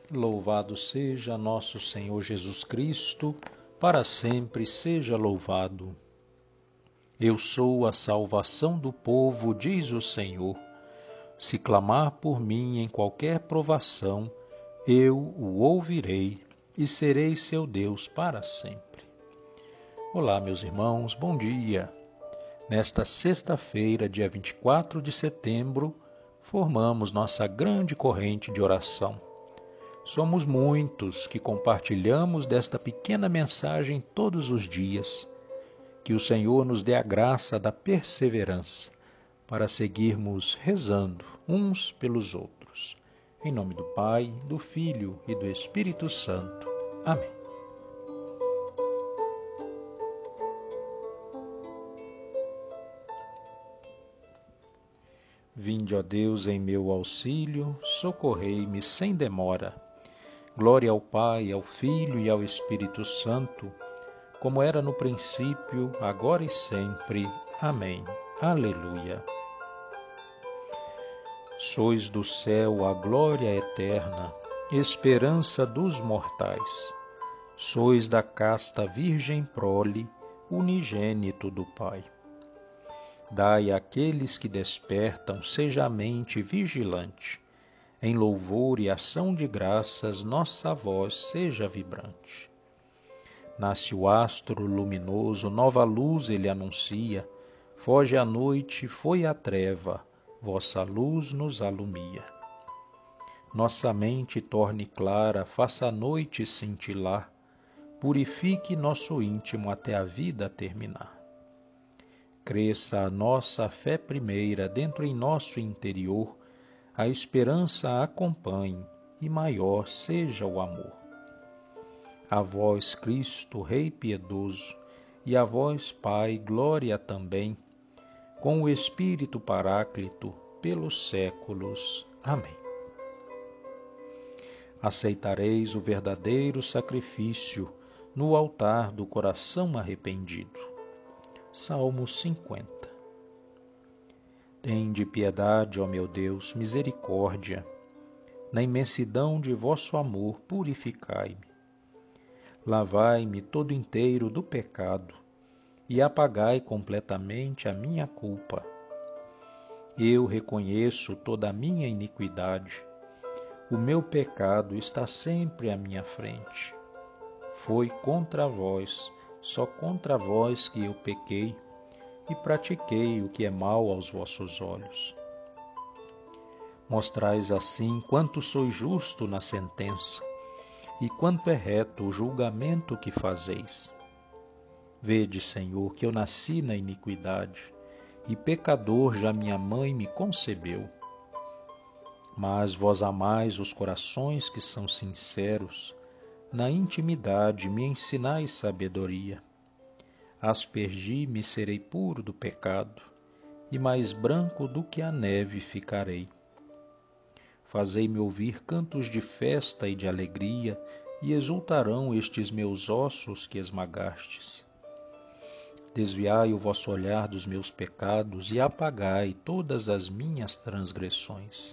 Louvado seja nosso Senhor Jesus Cristo, para sempre seja louvado. Eu sou a salvação do povo, diz o Senhor. Se clamar por mim em qualquer provação, eu o ouvirei e serei seu Deus para sempre. Olá, meus irmãos, bom dia. Nesta sexta-feira, dia 24 de setembro, formamos nossa grande corrente de oração. Somos muitos que compartilhamos desta pequena mensagem todos os dias. Que o Senhor nos dê a graça da perseverança para seguirmos rezando uns pelos outros. Em nome do Pai, do Filho e do Espírito Santo. Amém. Vinde, ó Deus, em meu auxílio, socorrei-me sem demora. Glória ao Pai, ao Filho e ao Espírito Santo, como era no princípio, agora e sempre. Amém. Aleluia. Sois do céu a glória eterna, esperança dos mortais. Sois da casta virgem prole, unigênito do Pai. Dai àqueles que despertam, seja a mente vigilante. Em louvor e ação de graças, nossa voz seja vibrante. Nasce o astro luminoso, nova luz ele anuncia. Foge a noite, foi a treva, vossa luz nos alumia. Nossa mente torne clara, faça a noite cintilar, purifique nosso íntimo até a vida terminar. Cresça a nossa fé primeira dentro em nosso interior, a esperança a acompanhe e maior seja o amor. A vós, Cristo, Rei piedoso, e a vós, Pai, glória também, com o Espírito Paráclito, pelos séculos. Amém. Aceitareis o verdadeiro sacrifício no altar do coração arrependido. Salmo 50. Tende piedade, ó meu Deus, misericórdia. Na imensidão de vosso amor, purificai-me. Lavai-me todo inteiro do pecado e apagai completamente a minha culpa. Eu reconheço toda a minha iniquidade. O meu pecado está sempre à minha frente. Foi contra vós, só contra vós que eu pequei e pratiquei o que é mal aos vossos olhos. Mostrais assim quanto sois justo na sentença e quanto é reto o julgamento que fazeis. Vede, Senhor, que eu nasci na iniquidade e pecador já minha mãe me concebeu. Mas vós amais os corações que são sinceros, na intimidade me ensinais sabedoria. Aspergi-me, serei puro do pecado, e mais branco do que a neve ficarei. Fazei-me ouvir cantos de festa e de alegria, e exultarão estes meus ossos que esmagastes. Desviai o vosso olhar dos meus pecados e apagai todas as minhas transgressões.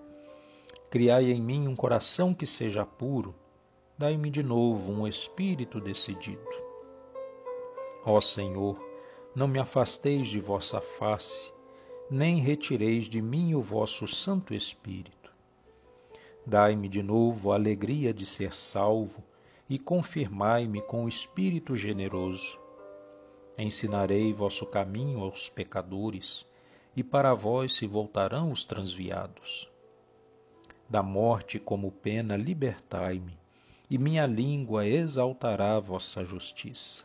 Criai em mim um coração que seja puro, dai-me de novo um espírito decidido. Ó Senhor, não me afasteis de vossa face, nem retireis de mim o vosso Santo Espírito. Dai-me de novo a alegria de ser salvo e confirmai-me com o Espírito generoso. Ensinarei vosso caminho aos pecadores, e para vós se voltarão os transviados. Da morte como pena libertai-me, e minha língua exaltará vossa justiça.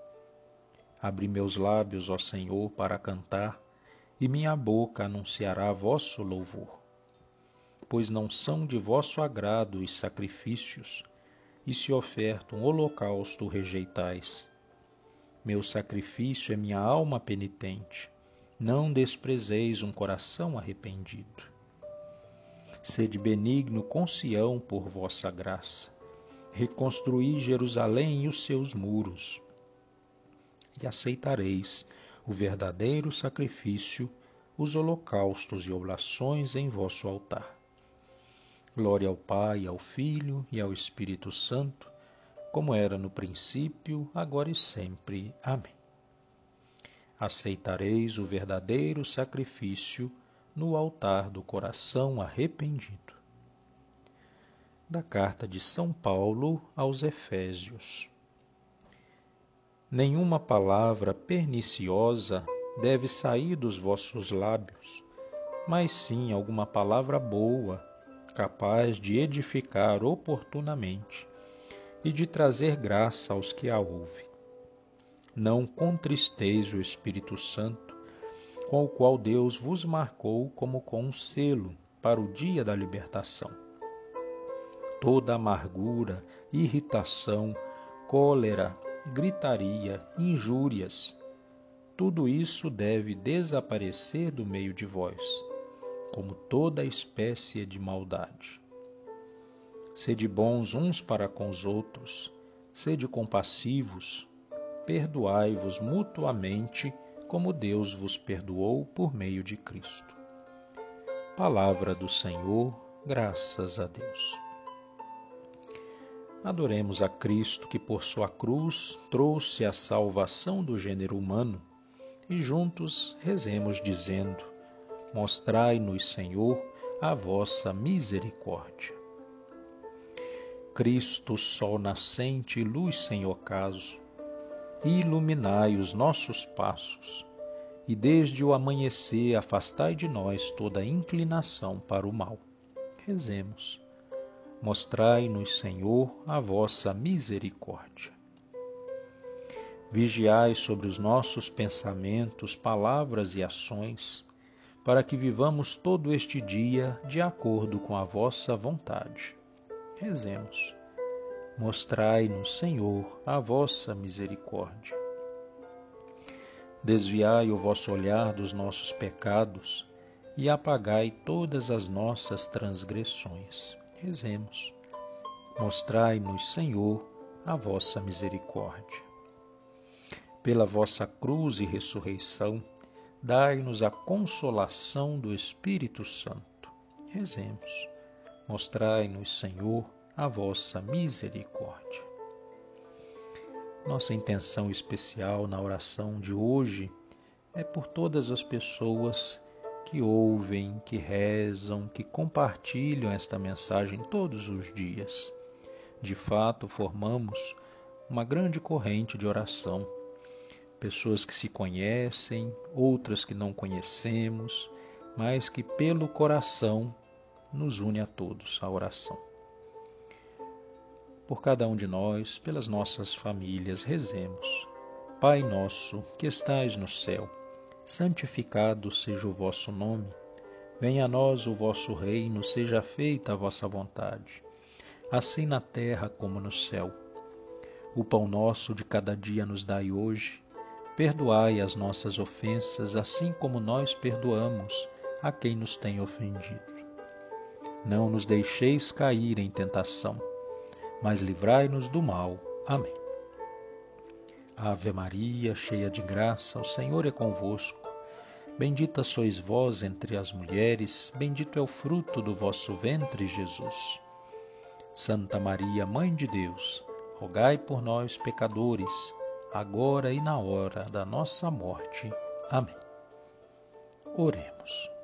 Abri meus lábios, ó Senhor, para cantar, e minha boca anunciará vosso louvor. Pois não são de vosso agrado os sacrifícios, e se oferta um holocausto rejeitais. Meu sacrifício é minha alma penitente, não desprezeis um coração arrependido. Sede benigno com Sião por vossa graça, reconstruí Jerusalém e os seus muros, e aceitareis o verdadeiro sacrifício, os holocaustos e oblações em vosso altar. Glória ao Pai, ao Filho e ao Espírito Santo, como era no princípio, agora e sempre. Amém. Aceitareis o verdadeiro sacrifício no altar do coração arrependido. Da carta de São Paulo aos Efésios. Nenhuma palavra perniciosa deve sair dos vossos lábios, mas sim alguma palavra boa, capaz de edificar oportunamente e de trazer graça aos que a ouvem. Não contristeis o Espírito Santo, com o qual Deus vos marcou como com um selo para o dia da libertação. Toda amargura, irritação, cólera, gritaria, injúrias, tudo isso deve desaparecer do meio de vós, como toda espécie de maldade. Sede bons uns para com os outros, sede compassivos, perdoai-vos mutuamente, como Deus vos perdoou por meio de Cristo. Palavra do Senhor, graças a Deus. Adoremos a Cristo que por sua cruz trouxe a salvação do gênero humano e juntos rezemos dizendo: Mostrai-nos, Senhor, a vossa misericórdia. Cristo, sol nascente e luz sem ocaso, iluminai os nossos passos, e desde o amanhecer afastai de nós toda inclinação para o mal. Rezemos. Mostrai-nos, Senhor, a vossa misericórdia. Vigiai sobre os nossos pensamentos, palavras e ações, para que vivamos todo este dia de acordo com a vossa vontade. Rezemos. Mostrai-nos, Senhor, a vossa misericórdia. Desviai o vosso olhar dos nossos pecados e apagai todas as nossas transgressões. Rezemos. Mostrai-nos, Senhor, a vossa misericórdia. Pela vossa cruz e ressurreição, dai-nos a consolação do Espírito Santo. Rezemos. Mostrai-nos, Senhor, a vossa misericórdia. Nossa intenção especial na oração de hoje é por todas as pessoas que ouvem, que rezam, que compartilham esta mensagem todos os dias. De fato, formamos uma grande corrente de oração. Pessoas que se conhecem, outras que não conhecemos, mas que pelo coração nos une a todos a oração. Por cada um de nós, pelas nossas famílias, rezemos. Pai nosso, que estais no céu, santificado seja o vosso nome. Venha a nós o vosso reino, seja feita a vossa vontade, assim na terra como no céu. O pão nosso de cada dia nos dai hoje. Perdoai as nossas ofensas, assim como nós perdoamos a quem nos tem ofendido. Não nos deixeis cair em tentação, mas livrai-nos do mal. Amém. Ave Maria, cheia de graça, o Senhor é convosco. Bendita sois vós entre as mulheres, bendito é o fruto do vosso ventre, Jesus. Santa Maria, Mãe de Deus, rogai por nós, pecadores, agora e na hora da nossa morte. Amém. Oremos.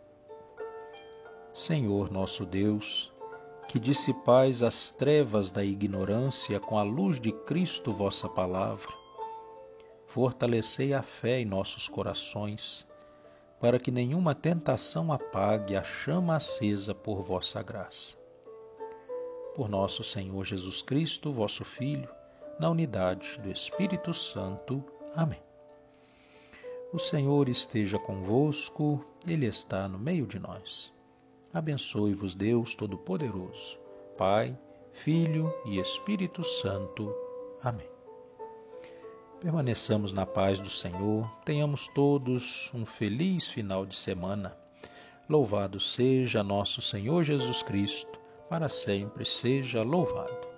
Senhor nosso Deus, que dissipais as trevas da ignorância com a luz de Cristo, vossa palavra, fortalecei a fé em nossos corações, para que nenhuma tentação apague a chama acesa por vossa graça. Por nosso Senhor Jesus Cristo, vosso Filho, na unidade do Espírito Santo. Amém. O Senhor esteja convosco, Ele está no meio de nós. Abençoe-vos Deus Todo-Poderoso, Pai, Filho e Espírito Santo. Amém. Permaneçamos na paz do Senhor, tenhamos todos um feliz final de semana. Louvado seja nosso Senhor Jesus Cristo, para sempre seja louvado.